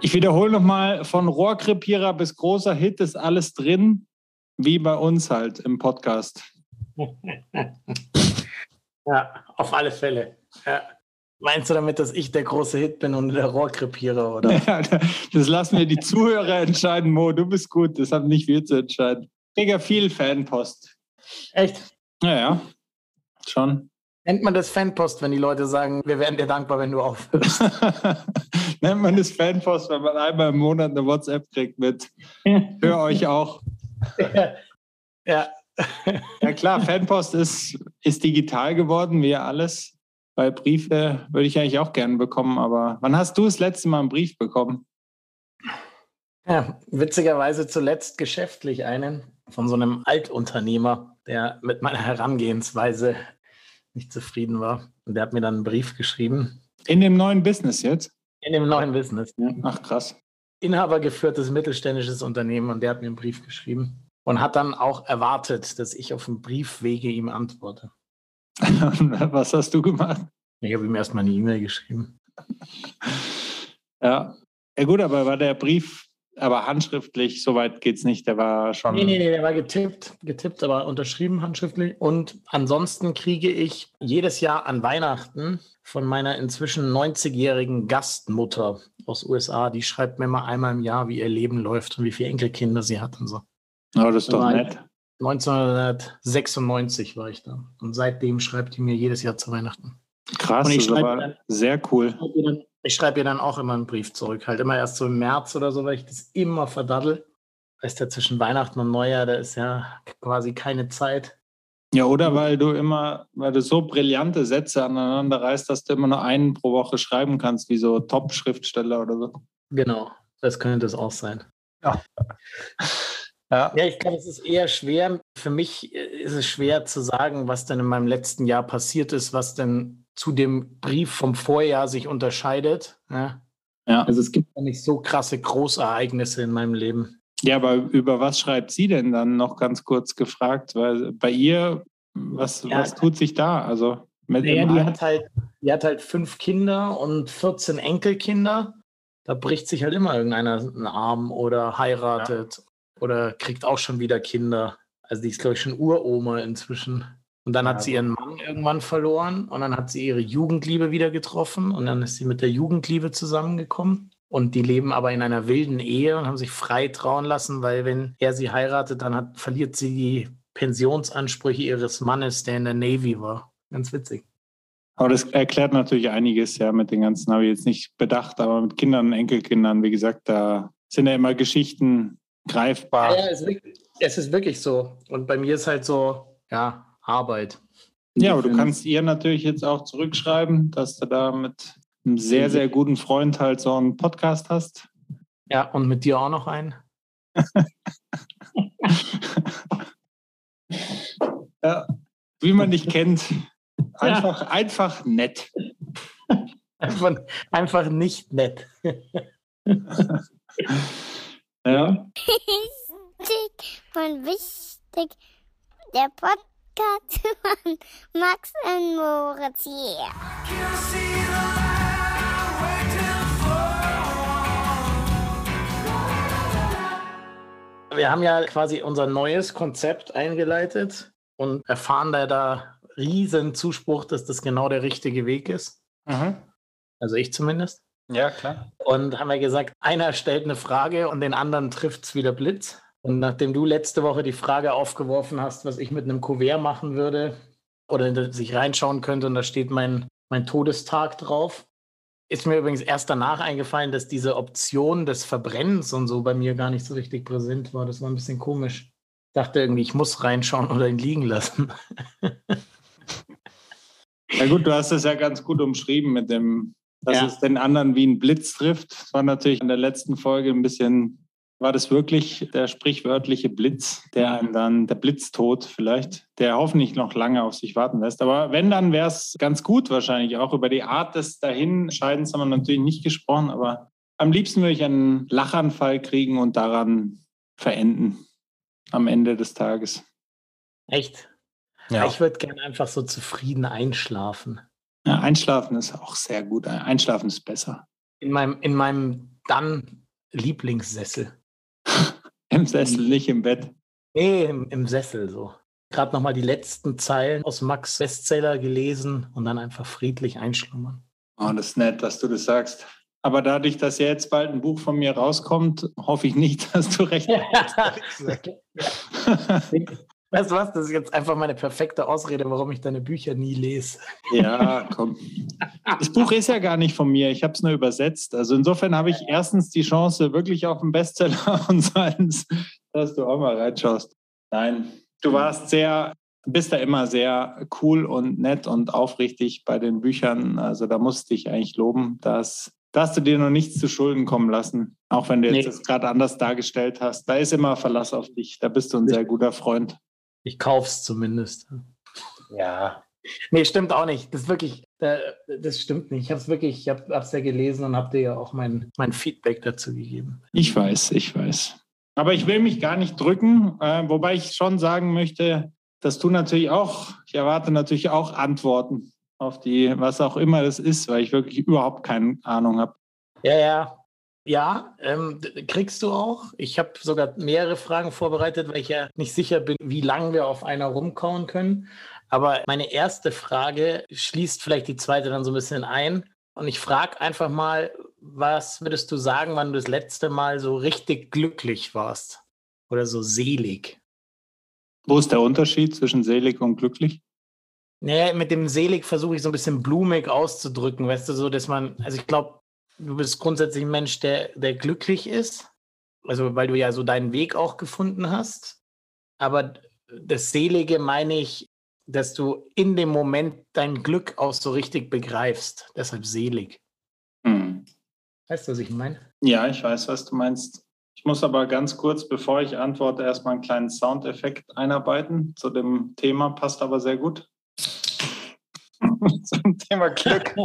Ich wiederhole nochmal, von Rohrkrepierer bis großer Hit ist alles drin, wie bei uns halt im Podcast. Ja, auf alle Fälle. Ja. Meinst du damit, dass ich der große Hit bin und der Rohrkrepierer, oder? Ja, das lassen wir die Zuhörer entscheiden, Mo. Du bist gut, das haben nicht wir zu entscheiden. Ich kriege viel Fanpost. Echt? Ja, schon. Nennt man das Fanpost, wenn die Leute sagen, wir wären dir dankbar, wenn du aufhörst? Nennt man das Fanpost, wenn man einmal im Monat eine WhatsApp kriegt mit hör euch auch. Ja. Ja klar, Fanpost ist digital geworden, wie ja alles. Bei Briefe würde ich eigentlich auch gerne bekommen, aber wann hast du das letzte Mal einen Brief bekommen? Ja, witzigerweise zuletzt geschäftlich einen von so einem Altunternehmer, der mit meiner Herangehensweise nicht zufrieden war. Und der hat mir dann einen Brief geschrieben. In dem neuen Business jetzt? In dem neuen Business, ja. Ach krass. Inhabergeführtes mittelständisches Unternehmen, und der hat mir einen Brief geschrieben und hat dann auch erwartet, dass ich auf dem Briefwege ihm antworte. Was hast du gemacht? Ich habe ihm erstmal eine E-Mail geschrieben. Ja gut, aber war der Brief aber handschriftlich? Soweit geht's nicht, der war schon... Nee, der war getippt, aber unterschrieben handschriftlich. Und ansonsten kriege ich jedes Jahr an Weihnachten von meiner inzwischen 90-jährigen Gastmutter aus USA, die schreibt mir mal einmal im Jahr, wie ihr Leben läuft und wie viele Enkelkinder sie hat und so. Oh, das ist doch nett. 1996 war ich da. Und seitdem schreibt die mir jedes Jahr zu Weihnachten. Krass, das ist aber sehr cool. Ich schreibe ihr dann auch immer einen Brief zurück. Halt immer erst so im März oder so, weil ich das immer verdaddel. Weißt du, zwischen Weihnachten und Neujahr, da ist ja quasi keine Zeit. Ja, oder weil du so brillante Sätze aneinander reißt, dass du immer nur einen pro Woche schreiben kannst, wie so Top-Schriftsteller oder so. Genau, das könnte es auch sein. Ja. Ja, ich glaube, es ist eher schwer. Für mich ist es schwer zu sagen, was denn in meinem letzten Jahr passiert ist, was denn zu dem Brief vom Vorjahr sich unterscheidet. Ja. Also es gibt ja nicht so krasse Großereignisse in meinem Leben. Ja, aber über was schreibt sie denn dann, noch ganz kurz gefragt? Weil bei ihr, was tut sich da? Also die hat halt 5 Kinder und 14 Enkelkinder. Da bricht sich halt immer irgendeiner einen Arm oder heiratet. Ja. Oder kriegt auch schon wieder Kinder. Also die ist, glaube ich, schon Uroma inzwischen. Und dann hat sie ihren Mann irgendwann verloren und dann hat sie ihre Jugendliebe wieder getroffen und dann ist sie mit der Jugendliebe zusammengekommen. Und die leben aber in einer wilden Ehe und haben sich frei trauen lassen, weil wenn er sie heiratet, dann verliert sie die Pensionsansprüche ihres Mannes, der in der Navy war. Ganz witzig. Aber das erklärt natürlich einiges, ja, mit den ganzen, habe ich jetzt nicht bedacht, aber mit Kindern und Enkelkindern, wie gesagt, da sind ja immer Geschichten greifbar. Ja, es ist wirklich so. Und bei mir ist halt so, Arbeit. Ja, aber du kannst ihr natürlich jetzt auch zurückschreiben, dass du da mit einem sehr, sehr guten Freund halt so einen Podcast hast. Ja, und mit dir auch noch einen. Ja, wie man dich kennt. Einfach nett. Einfach nicht nett. Ja. Wichtig und wichtig. Der Podcast von Max und Moritz. Yeah. Wir haben ja quasi unser neues Konzept eingeleitet und erfahren da riesen Zuspruch, dass das genau der richtige Weg ist. Mhm. Also ich zumindest. Ja, klar. Und haben wir gesagt, einer stellt eine Frage und den anderen trifft es wie der Blitz. Und nachdem du letzte Woche die Frage aufgeworfen hast, was ich mit einem Kuvert machen würde oder dass ich reinschauen könnte und da steht mein Todestag drauf, ist mir übrigens erst danach eingefallen, dass diese Option des Verbrennens und so bei mir gar nicht so richtig präsent war. Das war ein bisschen komisch. Ich dachte irgendwie, ich muss reinschauen oder ihn liegen lassen. Ja gut, du hast es ja ganz gut umschrieben mit dem, dass es den anderen wie ein Blitz trifft. Das war natürlich in der letzten Folge ein bisschen... War das wirklich der sprichwörtliche Blitz, der einem dann, der Blitztod vielleicht, der hoffentlich noch lange auf sich warten lässt. Aber wenn, dann wäre es ganz gut wahrscheinlich auch. Über die Art des Dahinscheidens haben wir natürlich nicht gesprochen, aber am liebsten würde ich einen Lachanfall kriegen und daran verenden am Ende des Tages. Echt? Ja. Ich würde gerne einfach so zufrieden einschlafen. Ja, einschlafen ist auch sehr gut. Einschlafen ist besser. In meinem dann Lieblingssessel. Im Sessel, nicht im Bett. Nee, im Sessel so. Gerade nochmal die letzten Zeilen aus Max' Bestseller gelesen und dann einfach friedlich einschlummern. Oh, das ist nett, dass du das sagst. Aber dadurch, dass ja jetzt bald ein Buch von mir rauskommt, hoffe ich nicht, dass du recht hast. Weißt du was, das ist jetzt einfach meine perfekte Ausrede, warum ich deine Bücher nie lese. Ja, komm. Das Buch ist ja gar nicht von mir, ich habe es nur übersetzt. Also insofern habe ich erstens die Chance wirklich auf einen Bestseller und zweitens, dass du auch mal reinschaust. Nein, du bist da immer sehr cool und nett und aufrichtig bei den Büchern. Also da musste ich eigentlich loben, dass da hast du dir noch nichts zu Schulden kommen lassen, auch wenn du jetzt das gerade anders dargestellt hast. Da ist immer Verlass auf dich, da bist du ein sehr guter Freund. Ich kauf's zumindest. Ja. Nee, stimmt auch nicht. Das ist wirklich, das stimmt nicht. Ich hab's ja gelesen und hab dir ja auch mein Feedback dazu gegeben. Ich weiß. Aber ich will mich gar nicht drücken, wobei ich schon sagen möchte, dass du natürlich auch, ich erwarte natürlich auch Antworten auf die, was auch immer das ist, weil ich wirklich überhaupt keine Ahnung habe. Ja, kriegst du auch. Ich habe sogar mehrere Fragen vorbereitet, weil ich ja nicht sicher bin, wie lange wir auf einer rumkauen können. Aber meine erste Frage schließt vielleicht die zweite dann so ein bisschen ein. Und ich frage einfach mal, was würdest du sagen, wann du das letzte Mal so richtig glücklich warst? Oder so selig? Wo ist der Unterschied zwischen selig und glücklich? Naja, mit dem selig versuche ich so ein bisschen blumig auszudrücken, weißt du, so, dass also ich glaube, du bist grundsätzlich ein Mensch, der glücklich ist, also weil du ja so deinen Weg auch gefunden hast. Aber das Selige meine ich, dass du in dem Moment dein Glück auch so richtig begreifst. Deshalb selig. Weißt du, was ich meine? Ja, ich weiß, was du meinst. Ich muss aber ganz kurz, bevor ich antworte, erstmal einen kleinen Soundeffekt einarbeiten zu dem Thema. Passt aber sehr gut. Zum Thema Glück.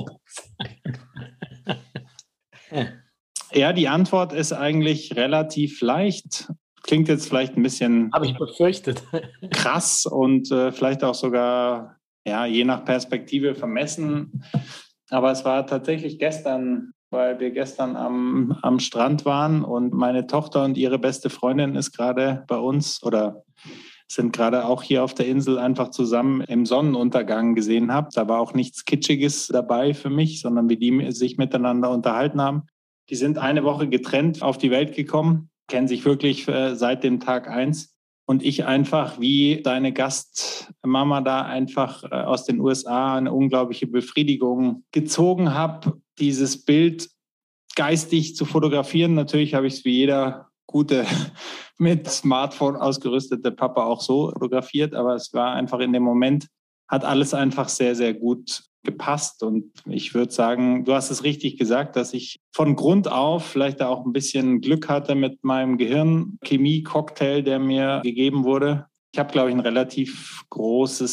Ja, die Antwort ist eigentlich relativ leicht. Klingt jetzt vielleicht ein bisschen habe ich befürchtet. Krass und vielleicht auch sogar, ja, je nach Perspektive vermessen. Aber es war tatsächlich gestern, weil wir gestern am Strand waren und meine Tochter und ihre beste Freundin ist gerade bei uns oder sind gerade auch hier auf der Insel einfach zusammen im Sonnenuntergang gesehen habe. Da war auch nichts Kitschiges dabei für mich, sondern wie die sich miteinander unterhalten haben. Die sind eine Woche getrennt auf die Welt gekommen, kennen sich wirklich seit dem Tag 1. Und ich einfach wie deine Gastmama da einfach aus den USA eine unglaubliche Befriedigung gezogen habe, dieses Bild geistig zu fotografieren. Natürlich habe ich es wie jeder gute mit Smartphone ausgerüstete Papa auch so fotografiert, aber es war einfach in dem Moment, hat alles einfach sehr, sehr gut gepasst und ich würde sagen, du hast es richtig gesagt, dass ich von Grund auf vielleicht auch ein bisschen Glück hatte mit meinem Gehirnchemie-Cocktail, der mir gegeben wurde. Ich habe, glaube ich, ein relativ große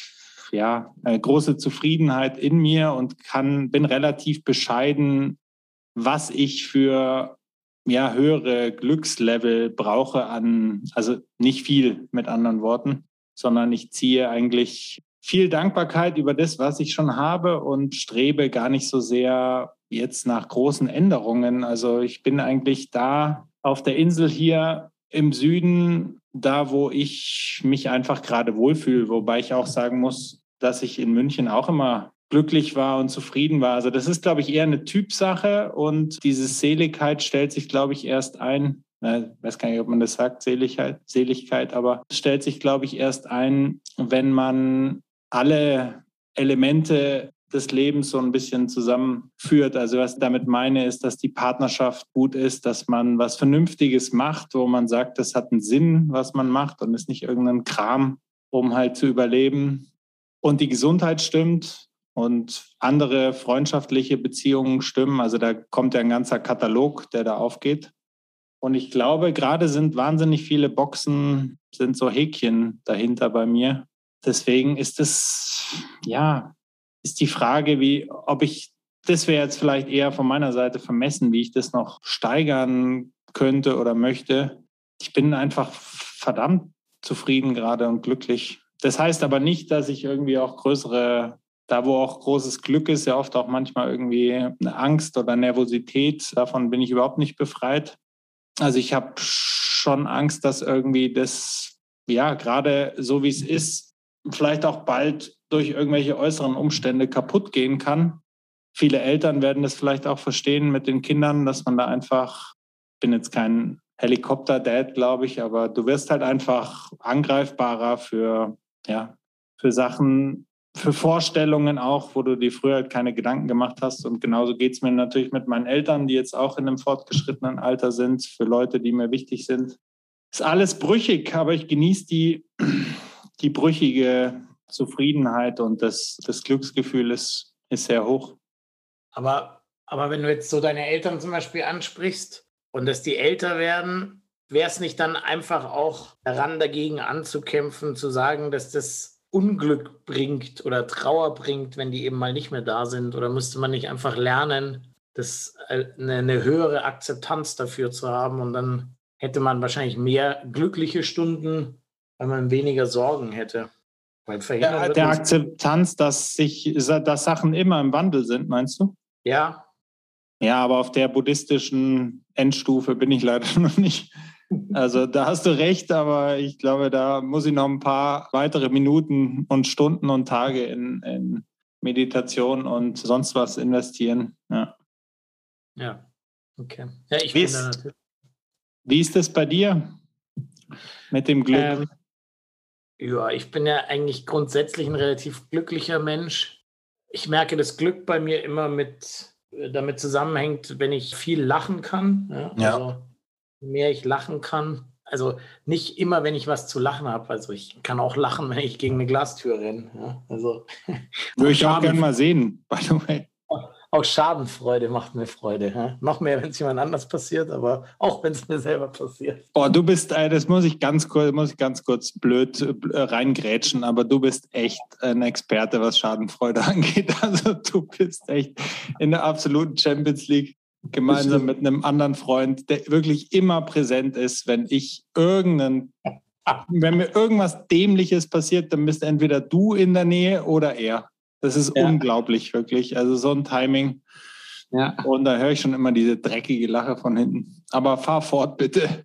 Zufriedenheit in mir und bin relativ bescheiden, was ich für höhere Glückslevel brauche also nicht viel mit anderen Worten, sondern ich ziehe eigentlich viel Dankbarkeit über das, was ich schon habe und strebe gar nicht so sehr jetzt nach großen Änderungen. Also ich bin eigentlich da auf der Insel hier im Süden, da wo ich mich einfach gerade wohlfühle, wobei ich auch sagen muss, dass ich in München auch immer glücklich war und zufrieden war. Also das ist, glaube ich, eher eine Typsache und diese Seligkeit stellt sich, glaube ich, erst ein. Ich weiß gar nicht, ob man das sagt, Seligkeit, aber es stellt sich, glaube ich, erst ein, wenn man alle Elemente des Lebens so ein bisschen zusammenführt. Also was ich damit meine, ist, dass die Partnerschaft gut ist, dass man was Vernünftiges macht, wo man sagt, das hat einen Sinn, was man macht und ist nicht irgendein Kram, um halt zu überleben. Und die Gesundheit stimmt und andere freundschaftliche Beziehungen stimmen. Also da kommt ja ein ganzer Katalog, der da aufgeht. Und ich glaube, gerade sind wahnsinnig viele Boxen, sind so Häkchen dahinter bei mir. Deswegen ist die Frage, das wäre jetzt vielleicht eher von meiner Seite vermessen, wie ich das noch steigern könnte oder möchte. Ich bin einfach verdammt zufrieden gerade und glücklich. Das heißt aber nicht, dass ich irgendwie auch größere da, wo auch großes Glück ist, ja oft auch manchmal irgendwie eine Angst oder Nervosität. Davon bin ich überhaupt nicht befreit. Also ich habe schon Angst, dass irgendwie das, ja, gerade so wie es ist, vielleicht auch bald durch irgendwelche äußeren Umstände kaputt gehen kann. Viele Eltern werden das vielleicht auch verstehen mit den Kindern, dass man da einfach, ich bin jetzt kein Helikopter-Dad, glaube ich, aber du wirst halt einfach angreifbarer für Sachen, für Vorstellungen auch, wo du dir früher halt keine Gedanken gemacht hast. Und genauso geht es mir natürlich mit meinen Eltern, die jetzt auch in einem fortgeschrittenen Alter sind, für Leute, die mir wichtig sind. Ist alles brüchig, aber ich genieße die brüchige Zufriedenheit und das Glücksgefühl ist sehr hoch. Aber wenn du jetzt so deine Eltern zum Beispiel ansprichst und dass die älter werden, wäre es nicht dann einfach auch daran, dagegen anzukämpfen, zu sagen, dass das Unglück bringt oder Trauer bringt, wenn die eben mal nicht mehr da sind? Oder müsste man nicht einfach lernen, eine höhere Akzeptanz dafür zu haben und dann hätte man wahrscheinlich mehr glückliche Stunden, weil man weniger Sorgen hätte? Weil der Akzeptanz, dass Sachen immer im Wandel sind, meinst du? Ja. Ja, aber auf der buddhistischen Endstufe bin ich leider noch nicht. Also da hast du recht, aber ich glaube, da muss ich noch ein paar weitere Minuten und Stunden und Tage in Meditation und sonst was investieren. Ja, okay. Ja, ich bin da natürlich. Wie ist das bei dir mit dem Glück? Ja, ich bin ja eigentlich grundsätzlich ein relativ glücklicher Mensch. Ich merke, dass Glück bei mir immer damit zusammenhängt, wenn ich viel lachen kann. Ja. Also mehr ich lachen kann. Also nicht immer, wenn ich was zu lachen habe. Also ich kann auch lachen, wenn ich gegen eine Glastür renne. Ja. Also, würde ich auch gerne mal sehen, by the way. Auch Schadenfreude macht mir Freude. Ja. Noch mehr, wenn es jemand anders passiert, aber auch wenn es mir selber passiert. Boah, du bist, das muss ich ganz kurz blöd reingrätschen, aber du bist echt ein Experte, was Schadenfreude angeht. Also du bist echt in der absoluten Champions League gemeinsam mit einem anderen Freund, der wirklich immer präsent ist, wenn mir irgendwas Dämliches passiert, dann bist entweder du in der Nähe oder er. Das ist unglaublich, wirklich. Also so ein Timing. Ja. Und da höre ich schon immer diese dreckige Lache von hinten. Aber fahr fort, bitte.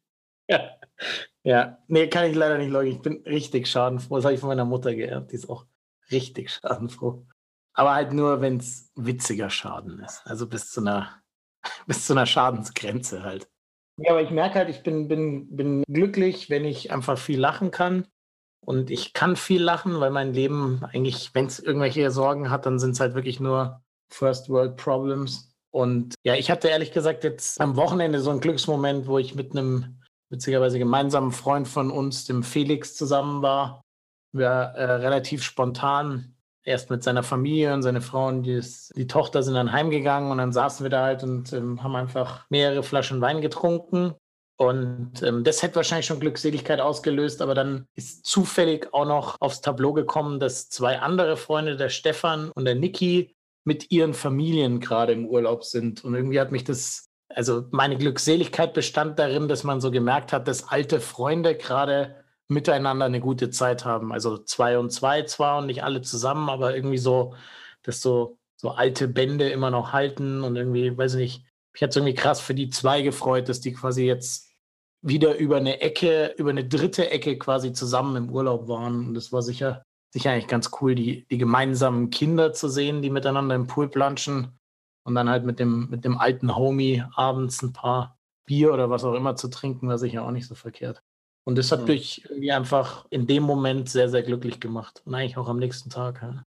Ja. Nee, kann ich leider nicht leugnen. Ich bin richtig schadenfroh. Das habe ich von meiner Mutter geerbt. Die ist auch richtig schadenfroh. Aber halt nur, wenn es witziger Schaden ist. Also bis zu einer Schadensgrenze halt. Ja, aber ich merke halt, ich bin glücklich, wenn ich einfach viel lachen kann. Und ich kann viel lachen, weil mein Leben eigentlich, wenn es irgendwelche Sorgen hat, dann sind es halt wirklich nur First World Problems. Und ja, ich hatte ehrlich gesagt jetzt am Wochenende so einen Glücksmoment, wo ich mit einem witzigerweise gemeinsamen Freund von uns, dem Felix, zusammen war. Wir relativ spontan erst mit seiner Familie und seine Frau und die Tochter sind dann heimgegangen und dann saßen wir da halt und haben einfach mehrere Flaschen Wein getrunken. Und das hätte wahrscheinlich schon Glückseligkeit ausgelöst, aber dann ist zufällig auch noch aufs Tableau gekommen, dass 2 andere Freunde, der Stefan und der Niki, mit ihren Familien gerade im Urlaub sind. Und irgendwie hat mich also meine Glückseligkeit bestand darin, dass man so gemerkt hat, dass alte Freunde gerade miteinander eine gute Zeit haben. Also 2 und 2 zwar und nicht alle zusammen, aber irgendwie so, dass so alte Bände immer noch halten und irgendwie, weiß ich nicht, mich hat es irgendwie krass für die 2 gefreut, dass die quasi jetzt wieder über eine dritte Ecke quasi zusammen im Urlaub waren. Und das war sicher eigentlich ganz cool, die gemeinsamen Kinder zu sehen, die miteinander im Pool planschen und dann halt mit dem alten Homie abends ein paar Bier oder was auch immer zu trinken, war sicher auch nicht so verkehrt. Und das hat mich irgendwie einfach in dem Moment sehr, sehr glücklich gemacht. Und eigentlich auch am nächsten Tag. Ja.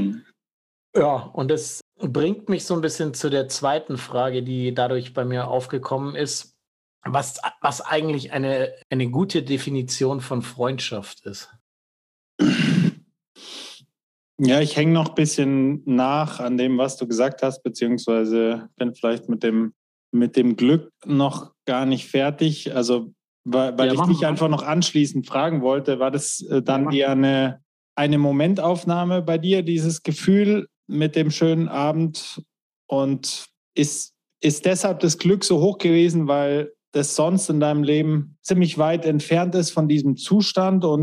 Ja, und das bringt mich so ein bisschen zu der zweiten Frage, die dadurch bei mir aufgekommen ist, was eigentlich eine gute Definition von Freundschaft ist. Ja, ich hänge noch ein bisschen nach an dem, was du gesagt hast, beziehungsweise bin vielleicht mit dem Glück noch gar nicht fertig. Also, weil ich dich einfach noch anschließend fragen wollte, war das dann eher eine Momentaufnahme bei dir, dieses Gefühl mit dem schönen Abend? Und ist deshalb das Glück so hoch gewesen, weil das sonst in deinem Leben ziemlich weit entfernt ist von diesem Zustand? Und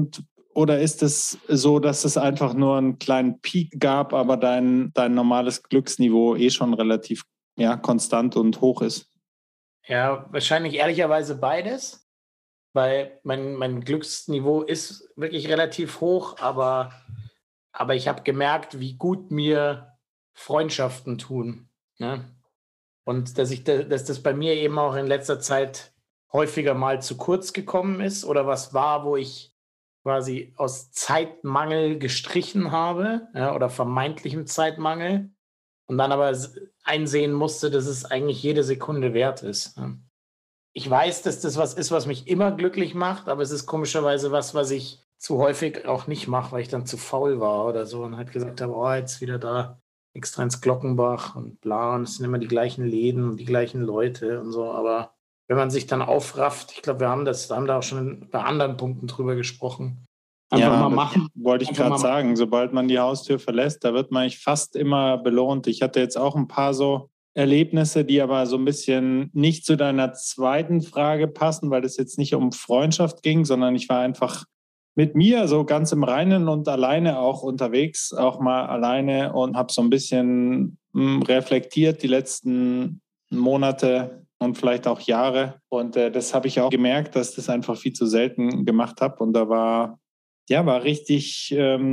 Oder ist es so, dass es einfach nur einen kleinen Peak gab, aber dein normales Glücksniveau schon relativ konstant und hoch ist? Ja, wahrscheinlich ehrlicherweise beides, weil mein Glücksniveau ist wirklich relativ hoch, aber ich habe gemerkt, wie gut mir Freundschaften tun. Ne? Und dass das bei mir eben auch in letzter Zeit häufiger mal zu kurz gekommen ist oder was war, wo ich quasi aus Zeitmangel gestrichen habe, ja, oder vermeintlichem Zeitmangel und dann aber einsehen musste, dass es eigentlich jede Sekunde wert ist. Ja. Ich weiß, dass das was ist, was mich immer glücklich macht, aber es ist komischerweise was ich zu häufig auch nicht mache, weil ich dann zu faul war oder so und halt gesagt habe, oh, jetzt wieder da extra ins Glockenbach und bla, und es sind immer die gleichen Läden und die gleichen Leute und so, aber wenn man sich dann aufrafft, ich glaube, wir haben da auch schon bei anderen Punkten drüber gesprochen. Einfach mal machen. Wollte ich gerade sagen, sobald man die Haustür verlässt, da wird man eigentlich fast immer belohnt. Ich hatte jetzt auch ein paar so Erlebnisse, die aber so ein bisschen nicht zu deiner zweiten Frage passen, weil es jetzt nicht um Freundschaft ging, sondern ich war einfach mit mir so ganz im Reinen und alleine auch unterwegs, auch mal alleine, und habe so ein bisschen reflektiert die letzten Monate und vielleicht auch Jahre. Und das habe ich auch gemerkt, dass das einfach viel zu selten gemacht habe. Und da war richtig,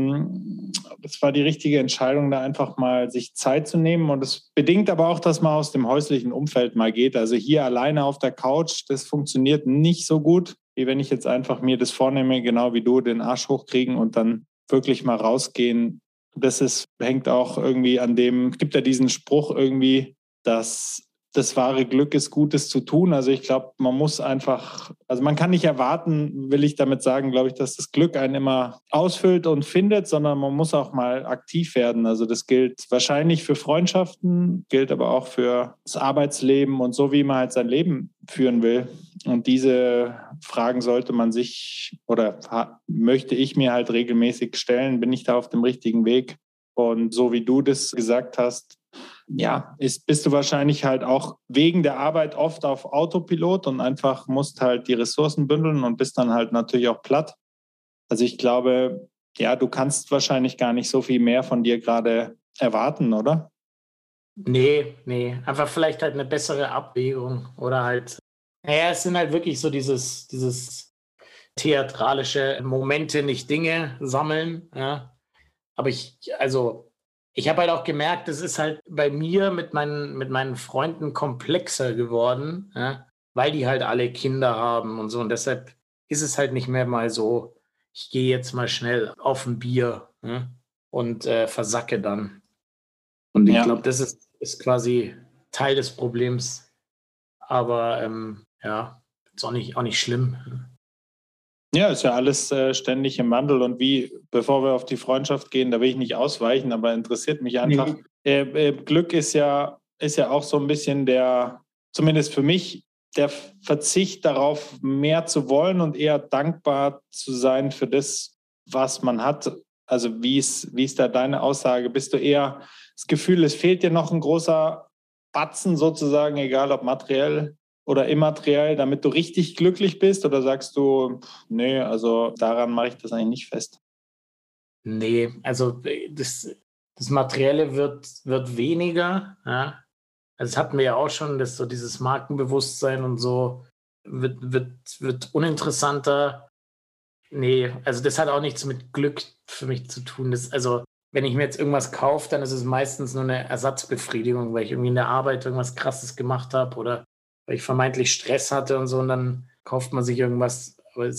das war die richtige Entscheidung, da einfach mal sich Zeit zu nehmen. Und es bedingt aber auch, dass man aus dem häuslichen Umfeld mal geht. Also hier alleine auf der Couch, das funktioniert nicht so gut, wie wenn ich jetzt einfach mir das vornehme, genau wie du, den Arsch hochkriegen und dann wirklich mal rausgehen. Hängt auch irgendwie an dem, es gibt ja diesen Spruch irgendwie, dass das wahre Glück ist, Gutes zu tun. Also ich glaube, man kann nicht erwarten, will ich damit sagen, glaube ich, dass das Glück einen immer ausfüllt und findet, sondern man muss auch mal aktiv werden. Also das gilt wahrscheinlich für Freundschaften, gilt aber auch für das Arbeitsleben und so, wie man halt sein Leben führen will. Und diese Fragen sollte man sich oder möchte ich mir halt regelmäßig stellen. Bin ich da auf dem richtigen Weg? Und so wie du das gesagt hast, bist du wahrscheinlich halt auch wegen der Arbeit oft auf Autopilot und einfach musst halt die Ressourcen bündeln und bist dann halt natürlich auch platt. Also ich glaube, du kannst wahrscheinlich gar nicht so viel mehr von dir gerade erwarten, oder? Nee, einfach vielleicht halt eine bessere Abwägung oder halt, es sind halt wirklich so dieses theatralische Momente, nicht Dinge sammeln, ja. Aber ich habe halt auch gemerkt, es ist halt bei mir mit meinen Freunden komplexer geworden, ja, weil die halt alle Kinder haben und so. Und deshalb ist es halt nicht mehr mal so, ich gehe jetzt mal schnell auf ein Bier, ja, und versacke dann. Und ich glaube, das ist quasi Teil des Problems. Aber ist auch nicht schlimm. Ja, ist ja alles ständig im Wandel. Und bevor wir auf die Freundschaft gehen, da will ich nicht ausweichen, aber interessiert mich einfach. Glück ist ja auch so ein bisschen zumindest für mich, der Verzicht darauf, mehr zu wollen und eher dankbar zu sein für das, was man hat. Also wie ist da deine Aussage? Bist du eher das Gefühl, es fehlt dir noch ein großer Batzen sozusagen, egal ob materiell oder immateriell, damit du richtig glücklich bist? Oder sagst du, nee, also daran mache ich das eigentlich nicht fest? Nee, also das Materielle wird weniger. Ja? Also das hatten wir ja auch schon, dass so dieses Markenbewusstsein und so wird uninteressanter. Nee, also das hat auch nichts mit Glück für mich zu tun. Also wenn ich mir jetzt irgendwas kaufe, dann ist es meistens nur eine Ersatzbefriedigung, weil ich irgendwie in der Arbeit irgendwas Krasses gemacht habe oder weil ich vermeintlich Stress hatte und so, und dann kauft man sich irgendwas. Aber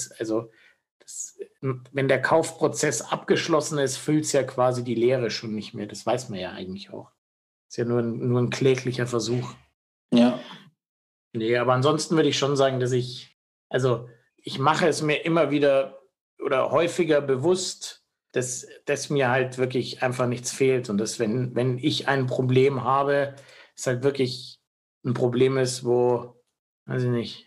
wenn der Kaufprozess abgeschlossen ist, füllt es ja quasi die Leere schon nicht mehr. Das weiß man ja eigentlich auch. Ist ja nur ein kläglicher Versuch. Ja. Nee, aber ansonsten würde ich schon sagen, dass ich mache es mir immer wieder oder häufiger bewusst, dass mir halt wirklich einfach nichts fehlt und dass, wenn ich ein Problem habe, es halt wirklich ein Problem ist, wo, weiß ich nicht,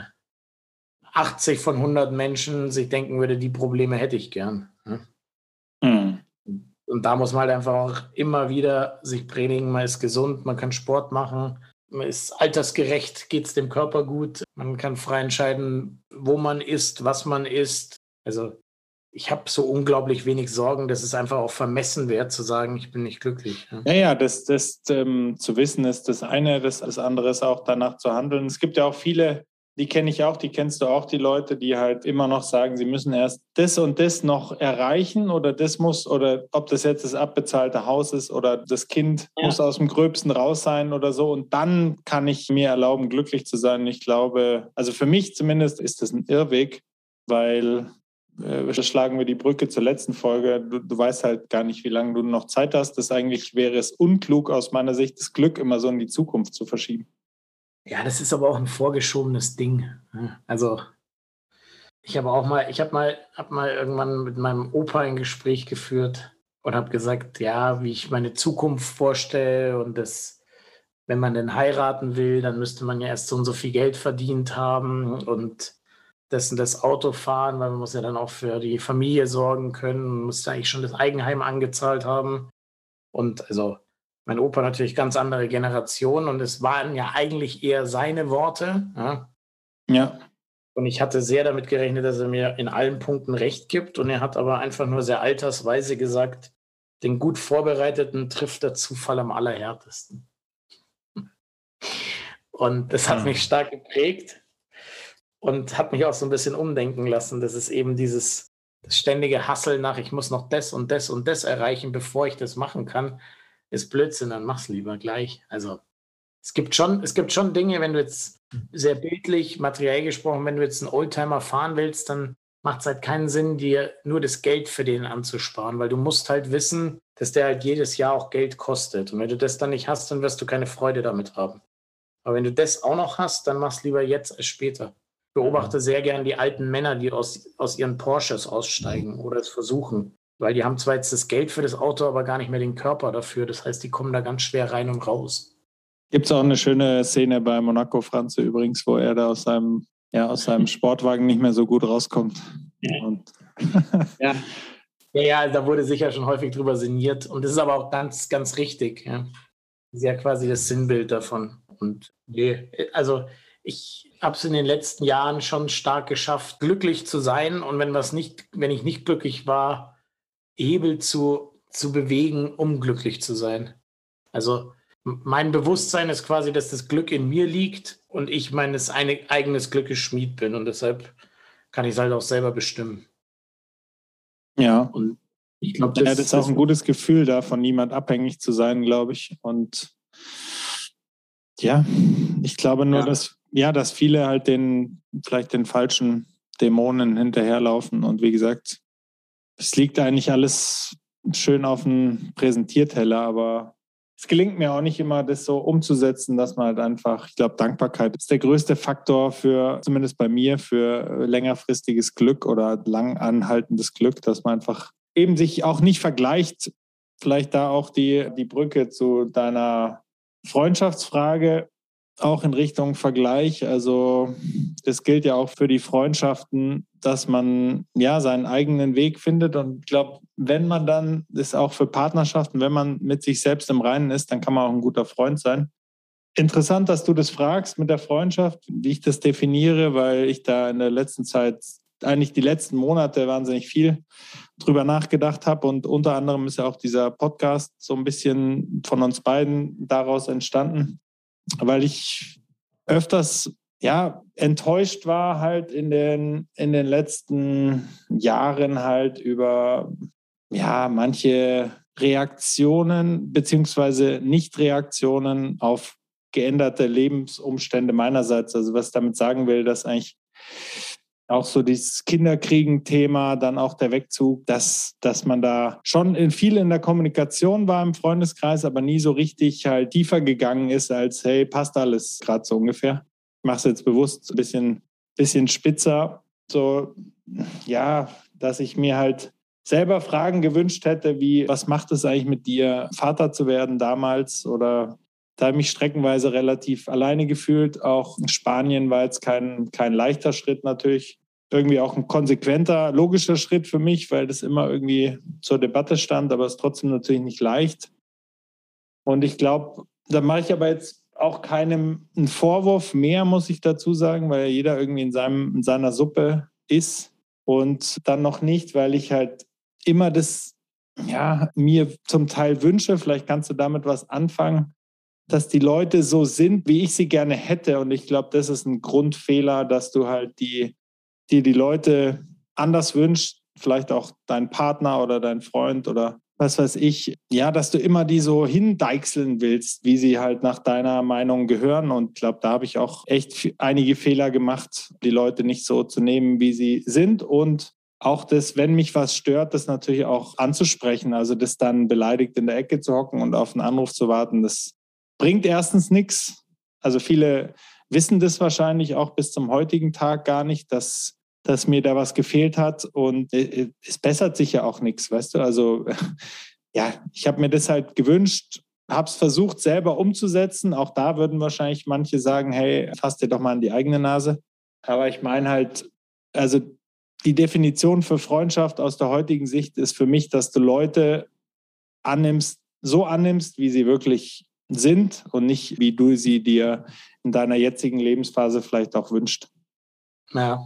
80 von 100 Menschen sich denken würde, die Probleme hätte ich gern. Ne? Und da muss man halt einfach auch immer wieder sich predigen, man ist gesund, man kann Sport machen, man ist altersgerecht, geht es dem Körper gut, man kann frei entscheiden, wo man isst, was man isst. Also ich habe so unglaublich wenig Sorgen, dass es einfach auch vermessen wäre, zu sagen, ich bin nicht glücklich. Ja, das zu wissen ist das eine, das andere ist auch danach zu handeln. Es gibt ja auch viele, die kenne ich auch, die kennst du auch, die Leute, die halt immer noch sagen, sie müssen erst das und das noch erreichen oder das muss, oder ob das jetzt das abbezahlte Haus ist oder das Kind muss aus dem Gröbsten raus sein oder so, und dann kann ich mir erlauben, glücklich zu sein. Ich glaube, also für mich zumindest ist das ein Irrweg, weil schlagen wir die Brücke zur letzten Folge. Du weißt halt gar nicht, wie lange du noch Zeit hast. Eigentlich wäre es unklug aus meiner Sicht, das Glück immer so in die Zukunft zu verschieben. Ja, das ist aber auch ein vorgeschobenes Ding. Also ich habe mal irgendwann mit meinem Opa ein Gespräch geführt und habe gesagt, ja, wie ich meine Zukunft vorstelle, und das, wenn man denn heiraten will, dann müsste man ja erst so und so viel Geld verdient haben und das Auto fahren, weil man muss ja dann auch für die Familie sorgen können, man muss eigentlich schon das Eigenheim angezahlt haben. Und also mein Opa natürlich ganz andere Generation, und es waren ja eigentlich eher seine Worte. Ja. Und ich hatte sehr damit gerechnet, dass er mir in allen Punkten recht gibt, und er hat aber einfach nur sehr altersweise gesagt, den gut Vorbereiteten trifft der Zufall am allerhärtesten. Und das hat mich stark geprägt und hat mich auch so ein bisschen umdenken lassen. Das ist eben das ständige Hasseln nach, ich muss noch das und das und das erreichen, bevor ich das machen kann, ist Blödsinn, dann mach's lieber gleich. Also es gibt schon Dinge, wenn du jetzt sehr bildlich, materiell gesprochen, wenn du jetzt einen Oldtimer fahren willst, dann macht es halt keinen Sinn, dir nur das Geld für den anzusparen, weil du musst halt wissen, dass der halt jedes Jahr auch Geld kostet. Und wenn du das dann nicht hast, dann wirst du keine Freude damit haben. Aber wenn du das auch noch hast, dann mach's lieber jetzt als später. Ich beobachte sehr gern die alten Männer, die aus ihren Porsches aussteigen oder es versuchen. Weil die haben zwar jetzt das Geld für das Auto, aber gar nicht mehr den Körper dafür. Das heißt, die kommen da ganz schwer rein und raus. Gibt es auch eine schöne Szene bei Monaco Franze übrigens, wo er da aus seinem Sportwagen nicht mehr so gut rauskommt. Und Ja, da wurde sicher schon häufig drüber sinniert. Und das ist aber auch ganz, ganz richtig. Ja. Das ist ja quasi das Sinnbild davon. Und also ich habe es in den letzten Jahren schon stark geschafft, glücklich zu sein. Und wenn ich nicht glücklich war, Hebel zu bewegen, um glücklich zu sein. Also mein Bewusstsein ist quasi, dass das Glück in mir liegt und ich meines eigenes Glückes Schmied bin. Und deshalb kann ich es halt auch selber bestimmen. Ja. Und ich glaube, das ist auch ein gutes Gefühl, da von niemand abhängig zu sein, glaube ich. Und ja, ich glaube nur, dass viele halt vielleicht den falschen Dämonen hinterherlaufen. Und wie gesagt, es liegt eigentlich alles schön auf dem Präsentierteller, aber es gelingt mir auch nicht immer, das so umzusetzen, dass man halt einfach, ich glaube, Dankbarkeit ist der größte Faktor zumindest bei mir, für längerfristiges Glück oder lang anhaltendes Glück, dass man einfach eben sich auch nicht vergleicht. Vielleicht da auch die Brücke zu deiner Freundschaftsfrage, auch in Richtung Vergleich. Also das gilt ja auch für die Freundschaften, dass man seinen eigenen Weg findet. Und ich glaube, wenn man dann, das ist auch für Partnerschaften, wenn man mit sich selbst im Reinen ist, dann kann man auch ein guter Freund sein. Interessant, dass du das fragst mit der Freundschaft, wie ich das definiere, weil ich da in der letzten Zeit, eigentlich die letzten Monate, wahnsinnig viel drüber nachgedacht habe. Und unter anderem ist ja auch dieser Podcast so ein bisschen von uns beiden daraus entstanden, weil ich öfters enttäuscht war halt in den letzten Jahren halt über manche Reaktionen beziehungsweise Nicht-Reaktionen auf geänderte Lebensumstände meinerseits. Also was ich damit sagen will, dass eigentlich auch so dieses Kinderkriegen-Thema, dann auch der Wegzug, dass man da schon viel in der Kommunikation war im Freundeskreis, aber nie so richtig halt tiefer gegangen ist als, hey, passt alles gerade so ungefähr. Ich mache es jetzt bewusst ein bisschen spitzer, so, dass ich mir halt selber Fragen gewünscht hätte, wie, was macht es eigentlich mit dir, Vater zu werden damals? Oder da habe ich mich streckenweise relativ alleine gefühlt. Auch Spanien war jetzt kein leichter Schritt natürlich. Irgendwie auch ein konsequenter, logischer Schritt für mich, weil das immer irgendwie zur Debatte stand, aber es ist trotzdem natürlich nicht leicht. Und ich glaube, da mache ich aber jetzt auch keinem einen Vorwurf mehr, muss ich dazu sagen, weil jeder irgendwie in seiner Suppe ist. und dann noch nicht, weil ich halt immer das, ja, mir zum Teil wünsche, vielleicht kannst du damit was anfangen, dass die Leute so sind, wie ich sie gerne hätte. Und ich glaube, das ist ein Grundfehler, dass du halt die Leute anders wünschst, vielleicht auch dein Partner oder dein Freund oder was weiß ich, ja, dass du immer die so hindeichseln willst, wie sie halt nach deiner Meinung gehören. Und ich glaube, da habe ich auch echt einige Fehler gemacht, die Leute nicht so zu nehmen, wie sie sind. Und auch das, wenn mich was stört, das natürlich auch anzusprechen. Also das dann beleidigt in der Ecke zu hocken und auf einen Anruf zu warten, das bringt erstens nichts. Also viele wissen das wahrscheinlich auch bis zum heutigen Tag gar nicht, dass mir da was gefehlt hat, und es bessert sich ja auch nichts, weißt du? Also ja, ich habe mir das halt gewünscht, habe es versucht selber umzusetzen. Auch da würden wahrscheinlich manche sagen, hey, fass dir doch mal an die eigene Nase. Aber ich meine halt, also die Definition für Freundschaft aus der heutigen Sicht ist für mich, dass du Leute so annimmst, wie sie wirklich sind und nicht, wie du sie dir in deiner jetzigen Lebensphase vielleicht auch wünscht. Ja.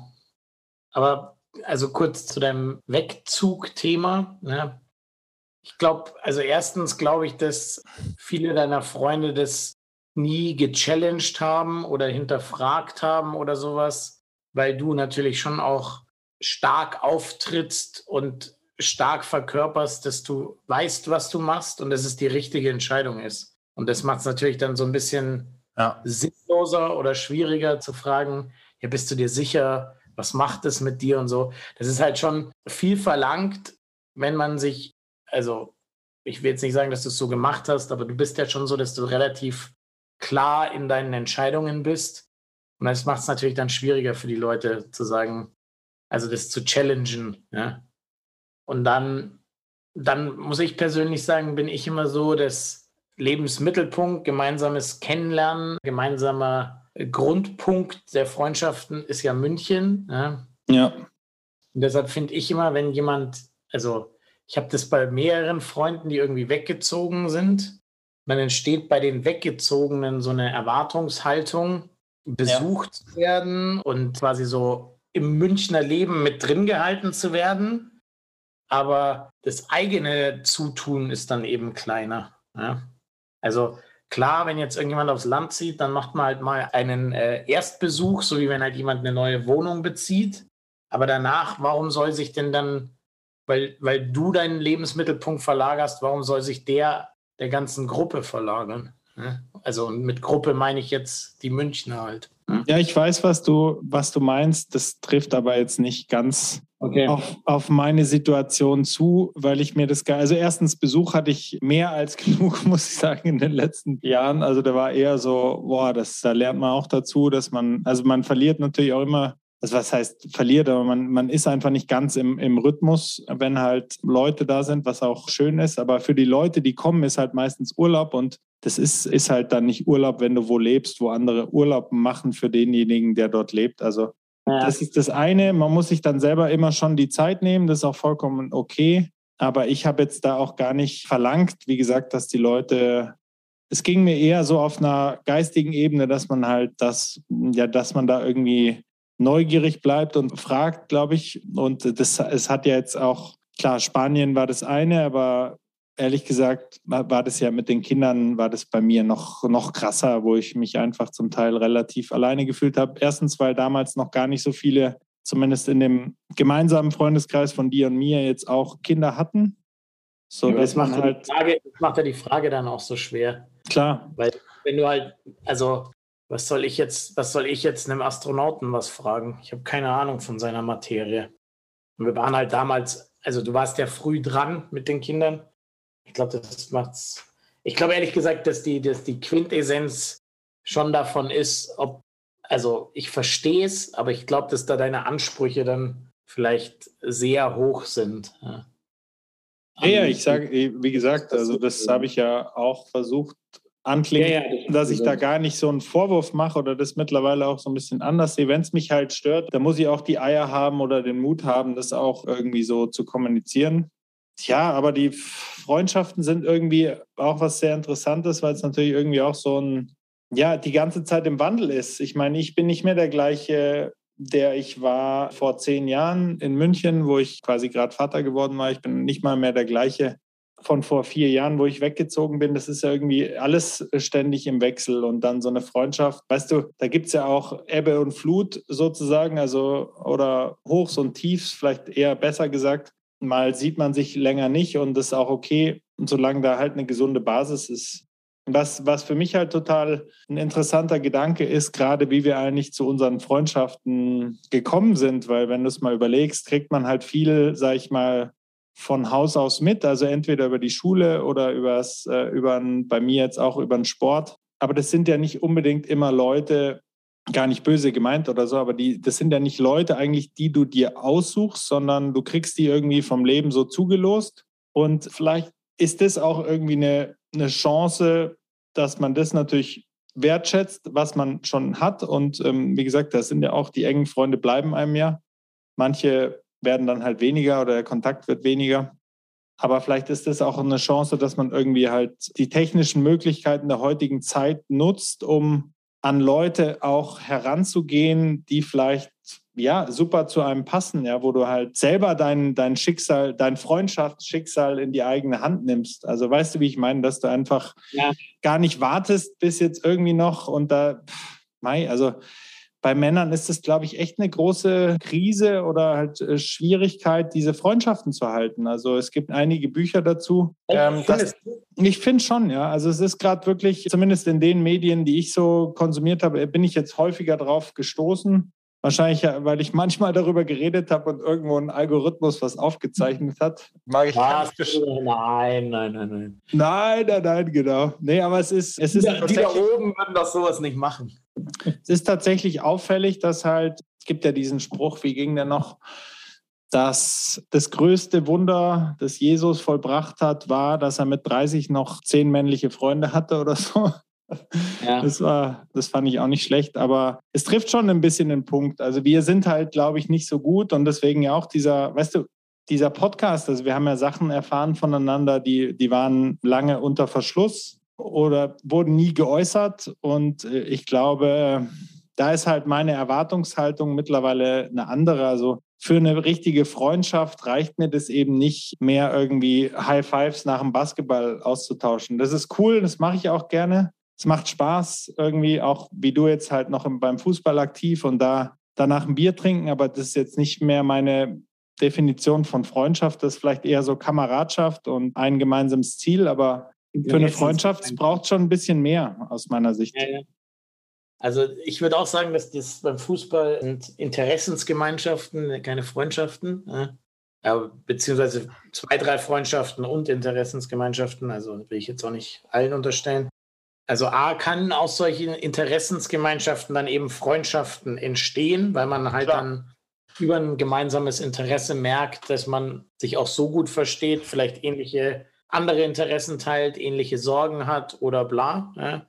Aber also kurz zu deinem Wegzug-Thema. Ne? Ich glaube, also erstens glaube ich, dass viele deiner Freunde das nie gechallenged haben oder hinterfragt haben oder sowas, weil du natürlich schon auch stark auftrittst und stark verkörperst, dass du weißt, was du machst und dass es die richtige Entscheidung ist. Und das macht es natürlich dann so ein bisschen sinnloser oder schwieriger zu fragen, ja, bist du dir sicher, was macht es mit dir und so. Das ist halt schon viel verlangt, wenn man sich, also ich will jetzt nicht sagen, dass du es so gemacht hast, aber du bist ja schon so, dass du relativ klar in deinen Entscheidungen bist. Und das macht es natürlich dann schwieriger für die Leute zu sagen, also das zu challengen. Ja? Und dann muss ich persönlich sagen, bin ich immer so, dass Lebensmittelpunkt, gemeinsames Kennenlernen, gemeinsamer Grundpunkt der Freundschaften ist ja München. Ja. Und deshalb finde ich immer, wenn jemand, also ich habe das bei mehreren Freunden, die irgendwie weggezogen sind, dann entsteht bei den Weggezogenen so eine Erwartungshaltung, besucht zu werden und quasi so im Münchner Leben mit drin gehalten zu werden. Aber das eigene Zutun ist dann eben kleiner. Ja? Also klar, wenn jetzt irgendjemand aufs Land zieht, dann macht man halt mal einen Erstbesuch, so wie wenn halt jemand eine neue Wohnung bezieht. Aber danach, warum soll sich denn dann, weil du deinen Lebensmittelpunkt verlagerst, warum soll sich der ganzen Gruppe verlagern? Ja? Also mit Gruppe meine ich jetzt die Münchner halt. Ja, ich weiß, was du meinst. Das trifft aber jetzt nicht ganz auf meine Situation zu, weil ich mir also erstens, Besuch hatte ich mehr als genug, muss ich sagen, in den letzten Jahren. Also da war eher so, da lernt man auch dazu, dass man verliert natürlich auch immer, also was heißt verliert, aber man ist einfach nicht ganz im Rhythmus, wenn halt Leute da sind, was auch schön ist. Aber für die Leute, die kommen, ist halt meistens Urlaub, und das ist halt dann nicht Urlaub, wenn du wo lebst, wo andere Urlaub machen für denjenigen, der dort lebt. Also das ist das eine. Man muss sich dann selber immer schon die Zeit nehmen. Das ist auch vollkommen okay. Aber ich habe jetzt da auch gar nicht verlangt, wie gesagt, dass die Leute, es ging mir eher so auf einer geistigen Ebene, dass man halt dass man da irgendwie neugierig bleibt und fragt, glaube ich. Und es hat ja jetzt auch, klar, Spanien war das eine, aber ehrlich gesagt war das ja mit den Kindern, war das bei mir noch krasser, wo ich mich einfach zum Teil relativ alleine gefühlt habe. Erstens, weil damals noch gar nicht so viele, zumindest in dem gemeinsamen Freundeskreis von dir und mir, jetzt auch Kinder hatten. So, ja, das macht ja die Frage dann auch so schwer. Klar. Weil wenn du halt, also was soll ich jetzt einem Astronauten was fragen? Ich habe keine Ahnung von seiner Materie. Und wir waren halt damals, also du warst ja früh dran mit den Kindern. Ich glaube, das macht's. Ich glaube ehrlich gesagt, dass die Quintessenz schon davon ist, also ich verstehe es, aber ich glaube, dass da deine Ansprüche dann vielleicht sehr hoch sind. Ja, ich sage, wie gesagt, also das habe ich ja auch versucht anklingen, dass ich da gar nicht so einen Vorwurf mache oder das mittlerweile auch so ein bisschen anders sehe. Wenn es mich halt stört, dann muss ich auch die Eier haben oder den Mut haben, das auch irgendwie so zu kommunizieren. Tja, aber die Freundschaften sind irgendwie auch was sehr Interessantes, weil es natürlich irgendwie auch so die ganze Zeit im Wandel ist. Ich meine, ich bin nicht mehr der gleiche der ich war vor 10 Jahren in München, wo ich quasi gerade Vater geworden war. Ich bin nicht mal mehr der gleiche von vor 4 Jahren, wo ich weggezogen bin. Das ist ja irgendwie alles ständig im Wechsel und dann so eine Freundschaft. Weißt du, da gibt es ja auch Ebbe und Flut sozusagen, also oder Hochs und Tiefs, vielleicht eher besser gesagt. Mal sieht man sich länger nicht und das ist auch okay, solange da halt eine gesunde Basis ist. Was für mich halt total ein interessanter Gedanke ist, gerade wie wir eigentlich zu unseren Freundschaften gekommen sind, weil wenn du es mal überlegst, kriegt man halt viel, sag ich mal, von Haus aus mit, also entweder über die Schule oder bei mir jetzt auch über den Sport. Aber das sind ja nicht unbedingt immer Leute, gar nicht böse gemeint oder so, aber das sind ja nicht Leute eigentlich, die du dir aussuchst, sondern du kriegst die irgendwie vom Leben so zugelost. Und vielleicht ist das auch irgendwie eine Chance, dass man das natürlich wertschätzt, was man schon hat. Und wie gesagt, das sind ja auch die engen Freunde bleiben einem ja. Manche werden dann halt weniger oder der Kontakt wird weniger. Aber vielleicht ist das auch eine Chance, dass man irgendwie halt die technischen Möglichkeiten der heutigen Zeit nutzt, um an Leute auch heranzugehen, die vielleicht ja super zu einem passen, ja, wo du halt selber dein Schicksal, dein Freundschaftsschicksal in die eigene Hand nimmst. Also weißt du, wie ich meine, dass du einfach gar nicht wartest, bis jetzt irgendwie noch und also bei Männern ist es, glaube ich, echt eine große Krise oder halt Schwierigkeit, diese Freundschaften zu halten. Also es gibt einige Bücher dazu. Ich finde schon, ja. Also es ist gerade wirklich, zumindest in den Medien, die ich so konsumiert habe, bin ich jetzt häufiger drauf gestoßen. Wahrscheinlich, weil ich manchmal darüber geredet habe und irgendwo ein Algorithmus was aufgezeichnet hat. Nein, genau. Nee, aber es ist die da oben würden doch sowas nicht machen. Es ist tatsächlich auffällig, dass halt, es gibt ja diesen Spruch, wie ging der noch, dass das größte Wunder, das Jesus vollbracht hat, war, dass er mit 30 noch 10 männliche Freunde hatte oder so. Ja. Das fand ich auch nicht schlecht, aber es trifft schon ein bisschen den Punkt. Also wir sind halt, glaube ich, nicht so gut und deswegen ja auch dieser Podcast, also wir haben ja Sachen erfahren voneinander, die waren lange unter Verschluss oder wurden nie geäußert und ich glaube, da ist halt meine Erwartungshaltung mittlerweile eine andere. Also für eine richtige Freundschaft reicht mir das eben nicht mehr irgendwie High Fives nach dem Basketball auszutauschen. Das ist cool, das mache ich auch gerne. Es macht Spaß irgendwie, auch wie du jetzt halt noch beim Fußball aktiv und danach ein Bier trinken, aber das ist jetzt nicht mehr meine Definition von Freundschaft. Das ist vielleicht eher so Kameradschaft und ein gemeinsames Ziel, aber für eine Freundschaft braucht es schon ein bisschen mehr aus meiner Sicht. Ja. Also ich würde auch sagen, dass das beim Fußball sind Interessensgemeinschaften, keine Freundschaften, beziehungsweise 2, 3 Freundschaften und Interessensgemeinschaften, also will ich jetzt auch nicht allen unterstellen. Also kann aus solchen Interessensgemeinschaften dann eben Freundschaften entstehen, weil man halt dann über ein gemeinsames Interesse merkt, dass man sich auch so gut versteht, vielleicht ähnliche andere Interessen teilt, ähnliche Sorgen hat oder bla. Ja.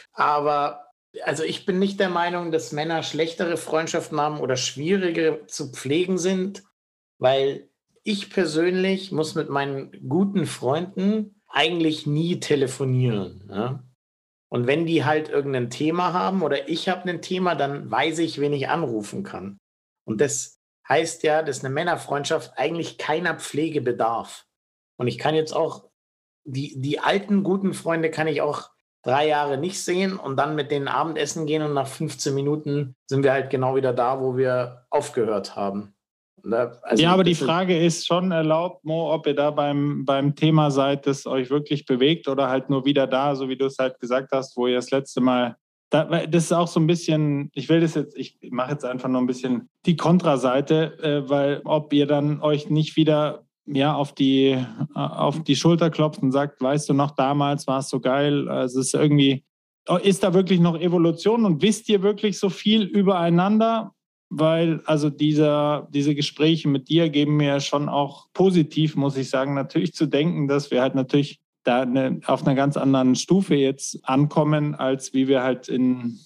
Aber also ich bin nicht der Meinung, dass Männer schlechtere Freundschaften haben oder schwierigere zu pflegen sind, weil ich persönlich muss mit meinen guten Freunden eigentlich nie telefonieren. Ja. Und wenn die halt irgendein Thema haben oder ich habe ein Thema, dann weiß ich, wen ich anrufen kann. Und das heißt ja, dass eine Männerfreundschaft eigentlich keiner Pflege bedarf. Und ich kann jetzt auch, die alten guten Freunde kann ich auch 3 Jahre nicht sehen und dann mit denen Abendessen gehen und nach 15 Minuten sind wir halt genau wieder da, wo wir aufgehört haben. Also aber die Frage ist schon erlaubt, Mo, ob ihr da beim Thema seid, das euch wirklich bewegt oder halt nur wieder da, so wie du es halt gesagt hast, wo ihr das letzte Mal, das ist auch so ein bisschen, ich mache jetzt einfach nur ein bisschen die Kontraseite, weil ob ihr dann euch nicht wieder auf die Schulter klopft und sagt, weißt du noch, damals war es so geil, also es ist irgendwie, ist da wirklich noch Evolution und wisst ihr wirklich so viel übereinander? Weil also diese Gespräche mit dir geben mir schon auch positiv, muss ich sagen, natürlich zu denken, dass wir halt natürlich da auf einer ganz anderen Stufe jetzt ankommen, als wie wir halt in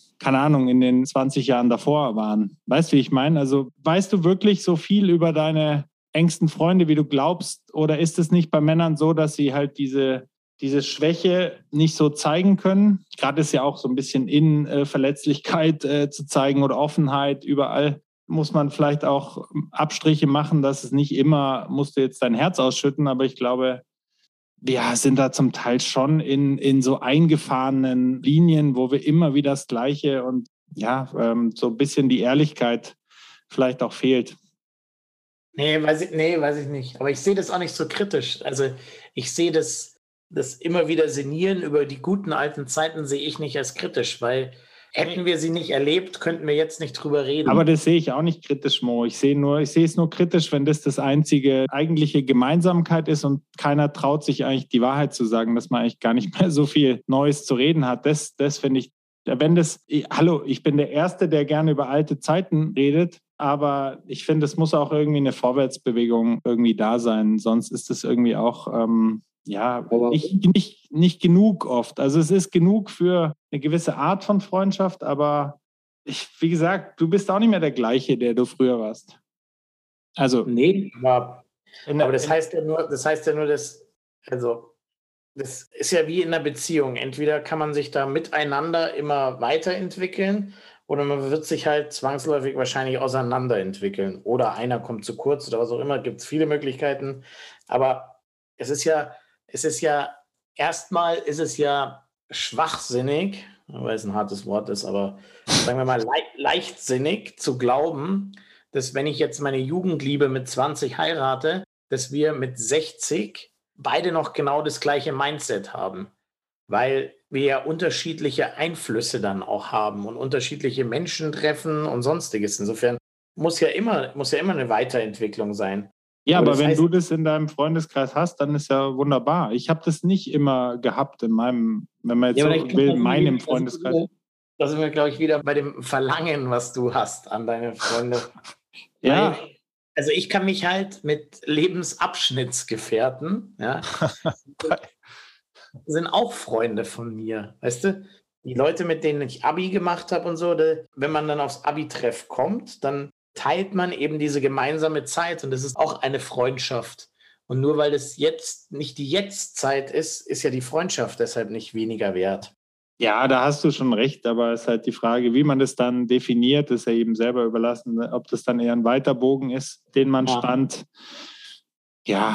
den 20 Jahren davor waren. Weißt du, wie ich meine? Also weißt du wirklich so viel über deine engsten Freunde, wie du glaubst? Oder ist es nicht bei Männern so, dass sie halt diese Schwäche nicht so zeigen können? Gerade ist ja auch so ein bisschen Verletzlichkeit zu zeigen oder Offenheit überall. muss man vielleicht auch Abstriche machen, dass es nicht immer, musst du jetzt dein Herz ausschütten, aber ich glaube, wir sind da zum Teil schon in so eingefahrenen Linien, wo wir immer wieder das Gleiche und so ein bisschen die Ehrlichkeit vielleicht auch fehlt. Nee, weiß ich nicht. Aber ich sehe das auch nicht so kritisch. Also ich sehe das immer wieder Sinnieren über die guten alten Zeiten sehe ich nicht als kritisch, weil hätten wir sie nicht erlebt, könnten wir jetzt nicht drüber reden. Aber das sehe ich auch nicht kritisch, Mo. Ich sehe es nur kritisch, wenn das einzige eigentliche Gemeinsamkeit ist und keiner traut sich eigentlich die Wahrheit zu sagen, dass man eigentlich gar nicht mehr so viel Neues zu reden hat. Das finde ich, ich bin der Erste, der gerne über alte Zeiten redet, aber ich finde, es muss auch irgendwie eine Vorwärtsbewegung irgendwie da sein, sonst ist es irgendwie auch nicht genug oft. Also es ist genug für eine gewisse Art von Freundschaft, aber wie gesagt, du bist auch nicht mehr der gleiche, der du früher warst. Also nee, aber das heißt ja nur, das ist ja wie in einer Beziehung. Entweder kann man sich da miteinander immer weiterentwickeln oder man wird sich halt zwangsläufig wahrscheinlich auseinanderentwickeln. Oder einer kommt zu kurz oder was auch immer. Gibt es viele Möglichkeiten. Aber erstmal ist es ja schwachsinnig, weil es ein hartes Wort ist, aber sagen wir mal leichtsinnig zu glauben, dass wenn ich jetzt meine Jugendliebe mit 20 heirate, dass wir mit 60 beide noch genau das gleiche Mindset haben, weil wir ja unterschiedliche Einflüsse dann auch haben und unterschiedliche Menschen treffen und Sonstiges. Insofern muss ja immer eine Weiterentwicklung sein. Ja, aber wenn du das in deinem Freundeskreis hast, dann ist ja wunderbar. Ich habe das nicht immer gehabt in meinem, wenn man jetzt meinem Freundeskreis. Da sind wir, glaube ich, wieder bei dem Verlangen, was du hast an deine Freunde. Ja. Also ich kann mich halt mit Lebensabschnittsgefährten, sind auch Freunde von mir, weißt du? Die Leute, mit denen ich Abi gemacht habe und so, wenn man dann aufs Abi-Treff kommt, dann teilt man eben diese gemeinsame Zeit und das ist auch eine Freundschaft. Und nur weil es jetzt nicht die Jetztzeit ist, ist ja die Freundschaft deshalb nicht weniger wert. Ja, da hast du schon recht, aber es ist halt die Frage, wie man das dann definiert, ist ja eben selber überlassen, ob das dann eher ein weiter Bogen ist, den man spannt. Ja,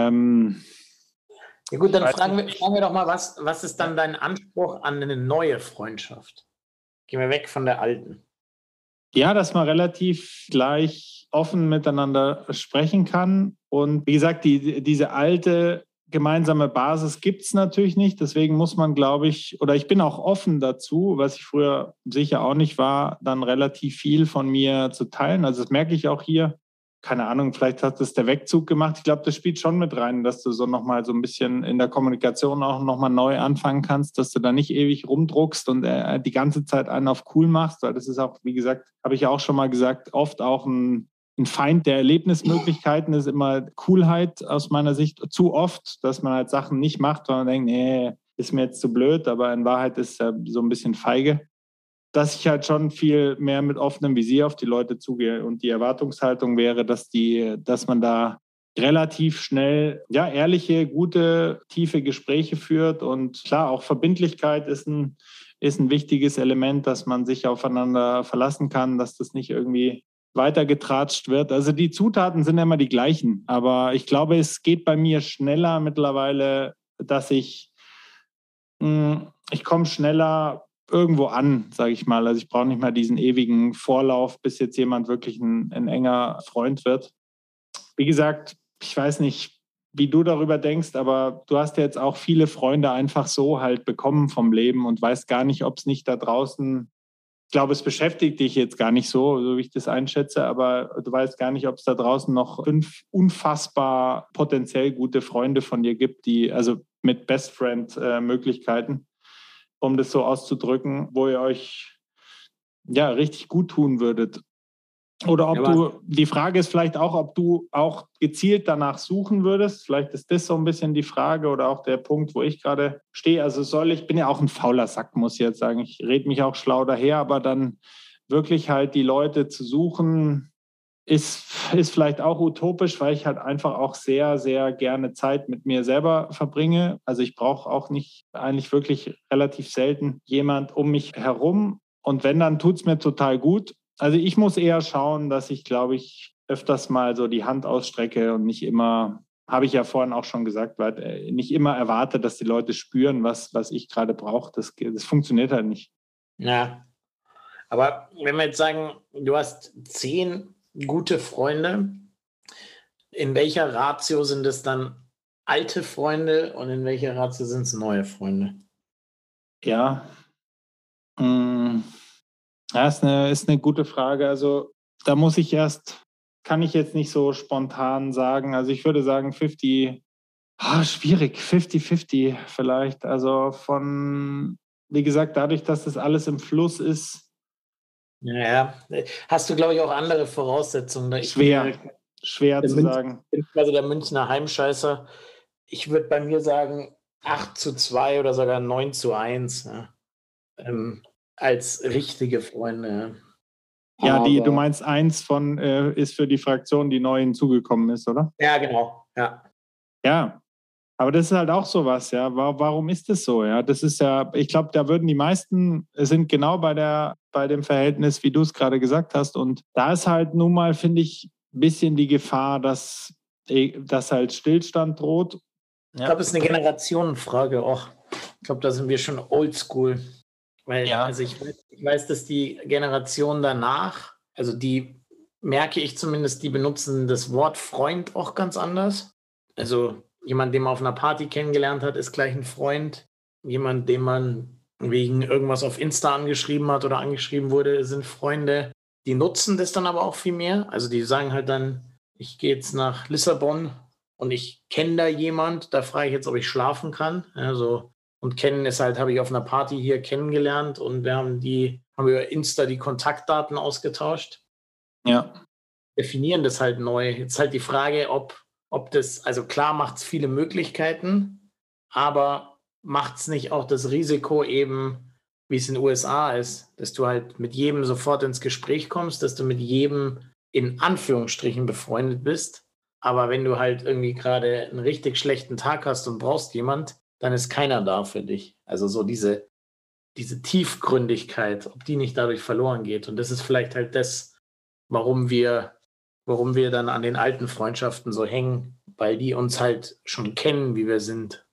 ja gut, dann fragen wir doch mal, was ist dann dein Anspruch an eine neue Freundschaft? Gehen wir weg von der alten. Ja, dass man relativ gleich offen miteinander sprechen kann. Und wie gesagt, diese alte gemeinsame Basis gibt es natürlich nicht. Deswegen muss man, glaube ich, oder ich bin auch offen dazu, was ich früher sicher auch nicht war, dann relativ viel von mir zu teilen. Also das merke ich auch hier. Keine Ahnung, vielleicht hat das der Wegzug gemacht. Ich glaube, das spielt schon mit rein, dass du so nochmal so ein bisschen in der Kommunikation auch nochmal neu anfangen kannst, dass du da nicht ewig rumdruckst und die ganze Zeit einen auf cool machst, weil das ist auch, wie gesagt, habe ich ja auch schon mal gesagt, oft auch ein Feind der Erlebnismöglichkeiten ist immer Coolheit aus meiner Sicht. Zu oft, dass man halt Sachen nicht macht, weil man denkt, nee, ist mir jetzt zu blöd, aber in Wahrheit ist es so ein bisschen feige. Dass ich halt schon viel mehr mit offenem Visier auf die Leute zugehe und die Erwartungshaltung wäre, dass man da relativ schnell ehrliche, gute, tiefe Gespräche führt und klar, auch Verbindlichkeit ist ein wichtiges Element, dass man sich aufeinander verlassen kann, dass das nicht irgendwie weitergetratscht wird. Also die Zutaten sind immer die gleichen, aber ich glaube, es geht bei mir schneller mittlerweile, dass ich komme schneller irgendwo an, sage ich mal. Also ich brauche nicht mal diesen ewigen Vorlauf, bis jetzt jemand wirklich ein enger Freund wird. Wie gesagt, ich weiß nicht, wie du darüber denkst, aber du hast ja jetzt auch viele Freunde einfach so halt bekommen vom Leben und weißt gar nicht, ob es nicht da draußen, ich glaube, es beschäftigt dich jetzt gar nicht so wie ich das einschätze, aber du weißt gar nicht, ob es da draußen noch 5 unfassbar potenziell gute Freunde von dir gibt, also mit Best Friend-Möglichkeiten, um das so auszudrücken, wo ihr euch richtig gut tun würdet. Oder ob die Frage ist vielleicht auch, ob du auch gezielt danach suchen würdest. Vielleicht ist das so ein bisschen die Frage oder auch der Punkt, wo ich gerade stehe. Also ich bin ja auch ein fauler Sack, muss ich jetzt sagen. Ich rede mich auch schlau daher, aber dann wirklich halt die Leute zu suchen, ist vielleicht auch utopisch, weil ich halt einfach auch sehr, sehr gerne Zeit mit mir selber verbringe. Also ich brauche auch nicht, eigentlich wirklich relativ selten jemand um mich herum. Und wenn, dann tut es mir total gut. Also ich muss eher schauen, dass ich, glaube ich, öfters mal so die Hand ausstrecke und nicht immer, habe ich ja vorhin auch schon gesagt, weil nicht immer erwarte, dass die Leute spüren, was ich gerade brauche. Das funktioniert halt nicht. Ja, aber wenn wir jetzt sagen, du hast 10 gute Freunde, in welcher Ratio sind es dann alte Freunde und in welcher Ratio sind es neue Freunde? Ja, ja, ist eine gute Frage. Also da kann ich jetzt nicht so spontan sagen. Also ich würde sagen 50, schwierig, 50-50 vielleicht. Also wie gesagt, dadurch, dass das alles im Fluss ist, Ja, hast du, glaube ich, auch andere Voraussetzungen. schwer zu sagen. Ich bin quasi der Münchner Heimscheißer. Ich würde bei mir sagen 8:2 oder sogar 9:1, ja. Als richtige Freunde. Ja, du meinst eins von ist für die Fraktion, die neu hinzugekommen ist, oder? Ja, genau. Ja. Ja, aber das ist halt auch sowas, ja. Warum ist das so? Ja, das ist ja, ich glaube, da würden die meisten sind genau bei dem Verhältnis, wie du es gerade gesagt hast. Und da ist halt nun mal, finde ich, ein bisschen die Gefahr, dass halt Stillstand droht. Ja. Ich glaube, es ist eine Generationenfrage auch. Ich glaube, da sind wir schon oldschool. Weil, also ich weiß, dass die Generation danach, also die merke ich zumindest, die benutzen das Wort Freund auch ganz anders. Also jemand, den man auf einer Party kennengelernt hat, ist gleich ein Freund. Jemand, den man wegen irgendwas auf Insta angeschrieben hat oder angeschrieben wurde, sind Freunde. Die nutzen das dann aber auch viel mehr. Also die sagen halt dann, ich gehe jetzt nach Lissabon und ich kenne da jemand, da frage ich jetzt, ob ich schlafen kann. Also, und kennen ist halt, habe ich auf einer Party hier kennengelernt und wir haben über Insta die Kontaktdaten ausgetauscht. Ja. Definieren das halt neu. Jetzt halt die Frage, ob das, also klar macht es viele Möglichkeiten, aber macht es nicht auch das Risiko eben, wie es in den USA ist, dass du halt mit jedem sofort ins Gespräch kommst, dass du mit jedem in Anführungsstrichen befreundet bist. Aber wenn du halt irgendwie gerade einen richtig schlechten Tag hast und brauchst jemand, dann ist keiner da für dich. Also so diese Tiefgründigkeit, ob die nicht dadurch verloren geht. Und das ist vielleicht halt das, warum wir dann an den alten Freundschaften so hängen, weil die uns halt schon kennen, wie wir sind.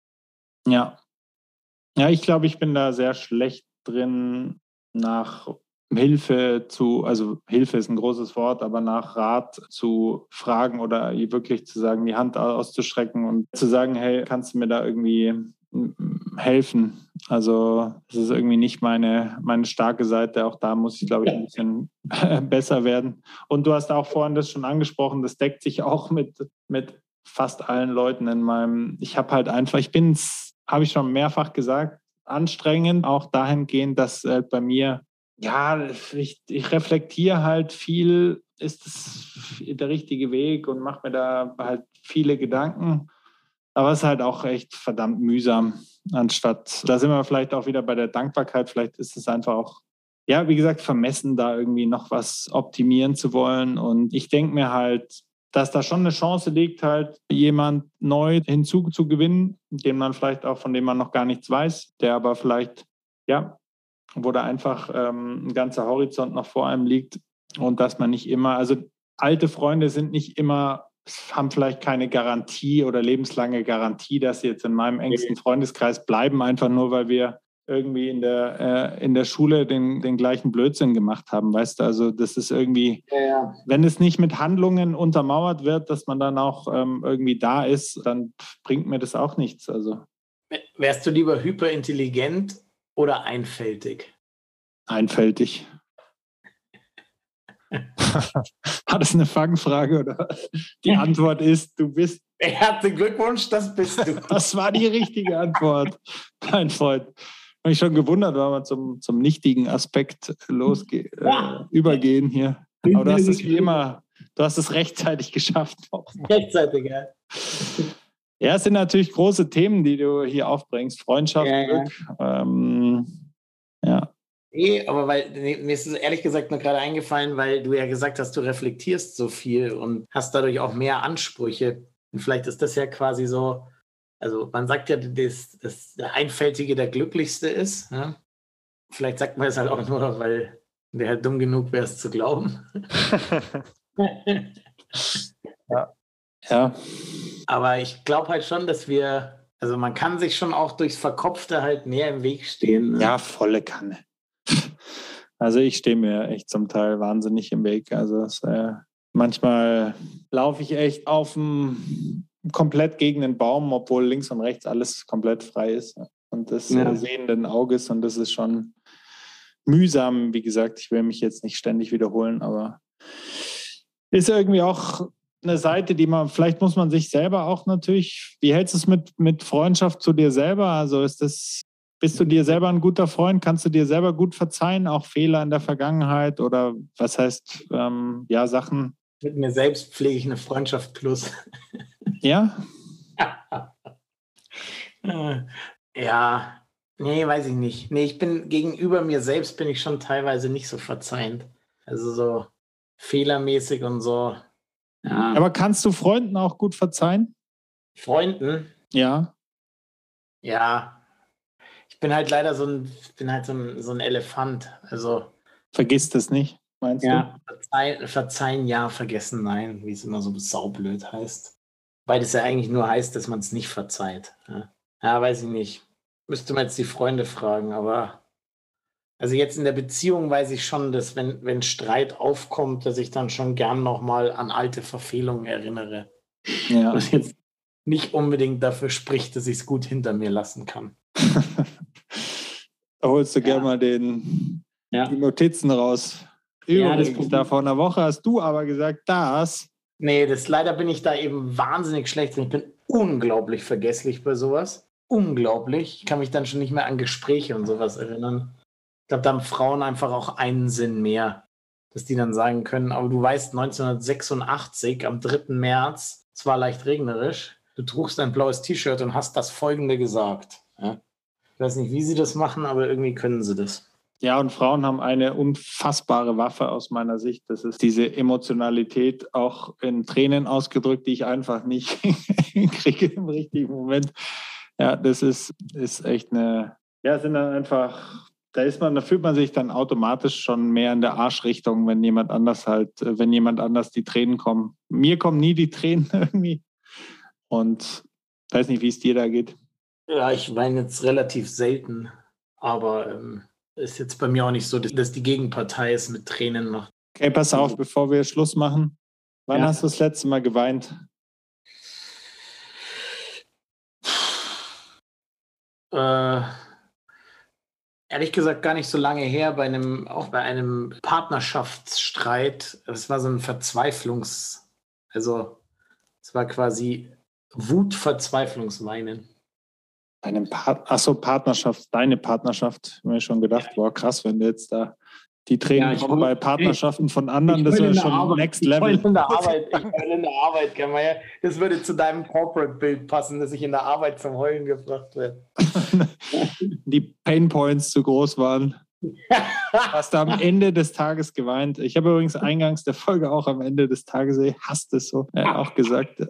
Ja. Ja, ich glaube, ich bin da sehr schlecht drin, nach Hilfe ist ein großes Wort, aber nach Rat zu fragen oder wirklich zu sagen, die Hand auszustrecken und zu sagen, hey, kannst du mir da irgendwie helfen? Also das ist irgendwie nicht meine starke Seite. Auch da muss ich, glaube ich, ein bisschen besser werden. Und du hast auch vorhin das schon angesprochen, das deckt sich auch mit fast allen Leuten habe ich schon mehrfach gesagt, anstrengend, auch dahingehend, dass bei mir, ja, ich reflektiere halt viel, ist es der richtige Weg und mache mir da halt viele Gedanken. Aber es ist halt auch echt verdammt mühsam, da sind wir vielleicht auch wieder bei der Dankbarkeit, vielleicht ist es einfach auch, ja, wie gesagt, vermessen, da irgendwie noch was optimieren zu wollen. Und ich denke mir halt, dass da schon eine Chance liegt, halt jemand neu hinzuzugewinnen, von dem man noch gar nichts weiß, der aber vielleicht, ja, wo da einfach ein ganzer Horizont noch vor einem liegt und dass man nicht immer, also alte Freunde haben vielleicht keine Garantie oder lebenslange Garantie, dass sie jetzt in meinem engsten Freundeskreis bleiben, einfach nur, weil wir irgendwie in der Schule den gleichen Blödsinn gemacht haben, weißt du, also das ist irgendwie, wenn es nicht mit Handlungen untermauert wird, dass man dann auch irgendwie da ist, dann bringt mir das auch nichts, also. Wärst du lieber hyperintelligent oder einfältig? Einfältig. War das eine Fangfrage oder die Antwort ist, du bist. Herzlichen Glückwunsch, das bist du. Das war die richtige Antwort, mein Freund. Ich habe mich schon gewundert, weil wir zum nichtigen Aspekt übergehen hier. Aber du hast es wie immer, du hast es rechtzeitig geschafft. Rechtzeitig, ja. Ja, es sind natürlich große Themen, die du hier aufbringst. Freundschaft, Glück. Ja. Nee, aber mir ist es ehrlich gesagt nur gerade eingefallen, weil du ja gesagt hast, du reflektierst so viel und hast dadurch auch mehr Ansprüche. Und vielleicht ist das ja quasi so, also man sagt ja, dass der Einfältige der Glücklichste ist. Ja? Vielleicht sagt man es halt auch nur, weil der halt dumm genug wäre, es zu glauben. Ja. Aber ich glaube halt schon, dass also man kann sich schon auch durchs Verkopfte halt mehr im Weg stehen. Ne? Ja, volle Kanne. Also ich stehe mir echt zum Teil wahnsinnig im Weg. Also manchmal laufe ich echt komplett gegen den Baum, obwohl links und rechts alles komplett frei ist. Und das sehenden Auges, und das ist schon mühsam. Wie gesagt, ich will mich jetzt nicht ständig wiederholen, aber ist irgendwie auch eine Seite, vielleicht muss man sich selber auch natürlich, wie hältst du es mit Freundschaft zu dir selber? Also bist du dir selber ein guter Freund? Kannst du dir selber gut verzeihen, auch Fehler in der Vergangenheit oder was heißt, Sachen? Mit mir selbst pflege ich eine Freundschaft plus. Ja? Ja, nee, weiß ich nicht. Nee, gegenüber mir selbst bin ich schon teilweise nicht so verzeihend. Also so fehlermäßig und so. Ja. Aber kannst du Freunden auch gut verzeihen? Freunden? Ja. Ja. Ich bin halt leider so ein Elefant. Also. Vergiss das nicht, meinst du? Verzeihen, ja, vergessen, nein, wie es immer so saublöd heißt. Weil das ja eigentlich nur heißt, dass man es nicht verzeiht. Ja, weiß ich nicht. Müsste man jetzt die Freunde fragen, aber also jetzt in der Beziehung weiß ich schon, dass wenn Streit aufkommt, dass ich dann schon gern nochmal an alte Verfehlungen erinnere. Ja. Was jetzt nicht unbedingt dafür spricht, dass ich es gut hinter mir lassen kann. Da holst du gerne mal die Notizen raus. Übrigens, da vor einer Woche hast du aber gesagt, das. Nee, leider bin ich da eben wahnsinnig schlecht. Ich bin unglaublich vergesslich bei sowas. Unglaublich. Ich kann mich dann schon nicht mehr an Gespräche und sowas erinnern. Ich glaube, da haben Frauen einfach auch einen Sinn mehr, dass die dann sagen können, aber du weißt, 1986, am 3. März, es war leicht regnerisch, du trugst ein blaues T-Shirt und hast das Folgende gesagt. Ja? Ich weiß nicht, wie sie das machen, aber irgendwie können sie das. Ja, und Frauen haben eine unfassbare Waffe aus meiner Sicht. Das ist diese Emotionalität, auch in Tränen ausgedrückt, die ich einfach nicht kriege im richtigen Moment. Ja, das ist echt sind dann einfach, da fühlt man sich dann automatisch schon mehr in der Arschrichtung, wenn jemand anders die Tränen kommen. Mir kommen nie die Tränen irgendwie. Und ich weiß nicht, wie es dir da geht. Ja, ich weine jetzt relativ selten, aber ist jetzt bei mir auch nicht so, dass die Gegenpartei es mit Tränen macht. Okay, pass auf, bevor wir Schluss machen. Wann hast du das letzte Mal geweint? Ehrlich gesagt gar nicht so lange her, bei einem Partnerschaftsstreit. Es war so ein es war quasi Wut-Verzweiflungsweinen. Partnerschaft, deine Partnerschaft. Ich habe mir schon gedacht, boah, krass, wenn du jetzt da die Tränen kommen bei Partnerschaften von anderen, das wäre schon Next Level. Ich heule in der Arbeit, Kamaya. Das würde zu deinem Corporate-Bild passen, dass ich in der Arbeit zum Heulen gebracht werde. Die Painpoints zu groß waren. Hast du am Ende des Tages geweint. Ich habe übrigens eingangs der Folge auch am Ende des Tages, ich hasse es so, auch gesagt.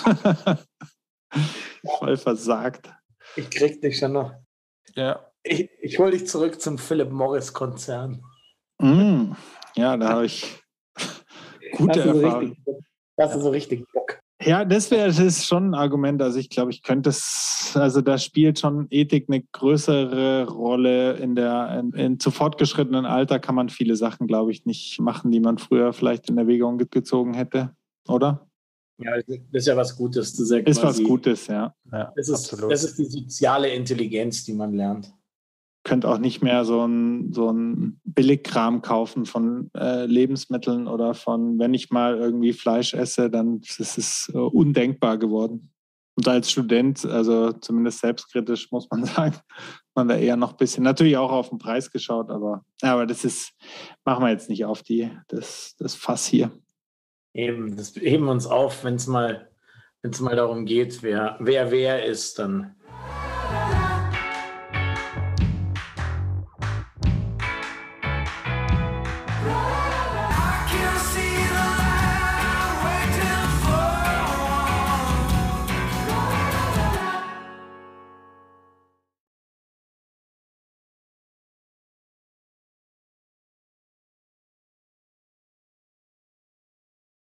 Voll versagt. Ich krieg dich schon noch. Ja. Ich hole dich zurück zum Philip Morris-Konzern. Ja, da habe ich gute Erfahrungen. Das ist so richtig Bock. Ja, das ist schon ein Argument. Also ich glaube, da spielt schon Ethik eine größere Rolle. Zu fortgeschrittenen Alter kann man viele Sachen, glaube ich, nicht machen, die man früher vielleicht in Erwägung gezogen hätte, oder? Ja, das ist ja was Gutes. Das ist was Gutes, ja. Das ist die soziale Intelligenz, die man lernt. Könnt auch nicht mehr so ein Billigkram kaufen von Lebensmitteln oder wenn ich mal irgendwie Fleisch esse, dann ist es undenkbar geworden. Und als Student, also zumindest selbstkritisch, muss man sagen, man da eher noch ein bisschen, natürlich auch auf den Preis geschaut, aber machen wir jetzt nicht auf das Fass hier. Eben, das heben wir uns auf, wenn es mal darum geht, wer ist, dann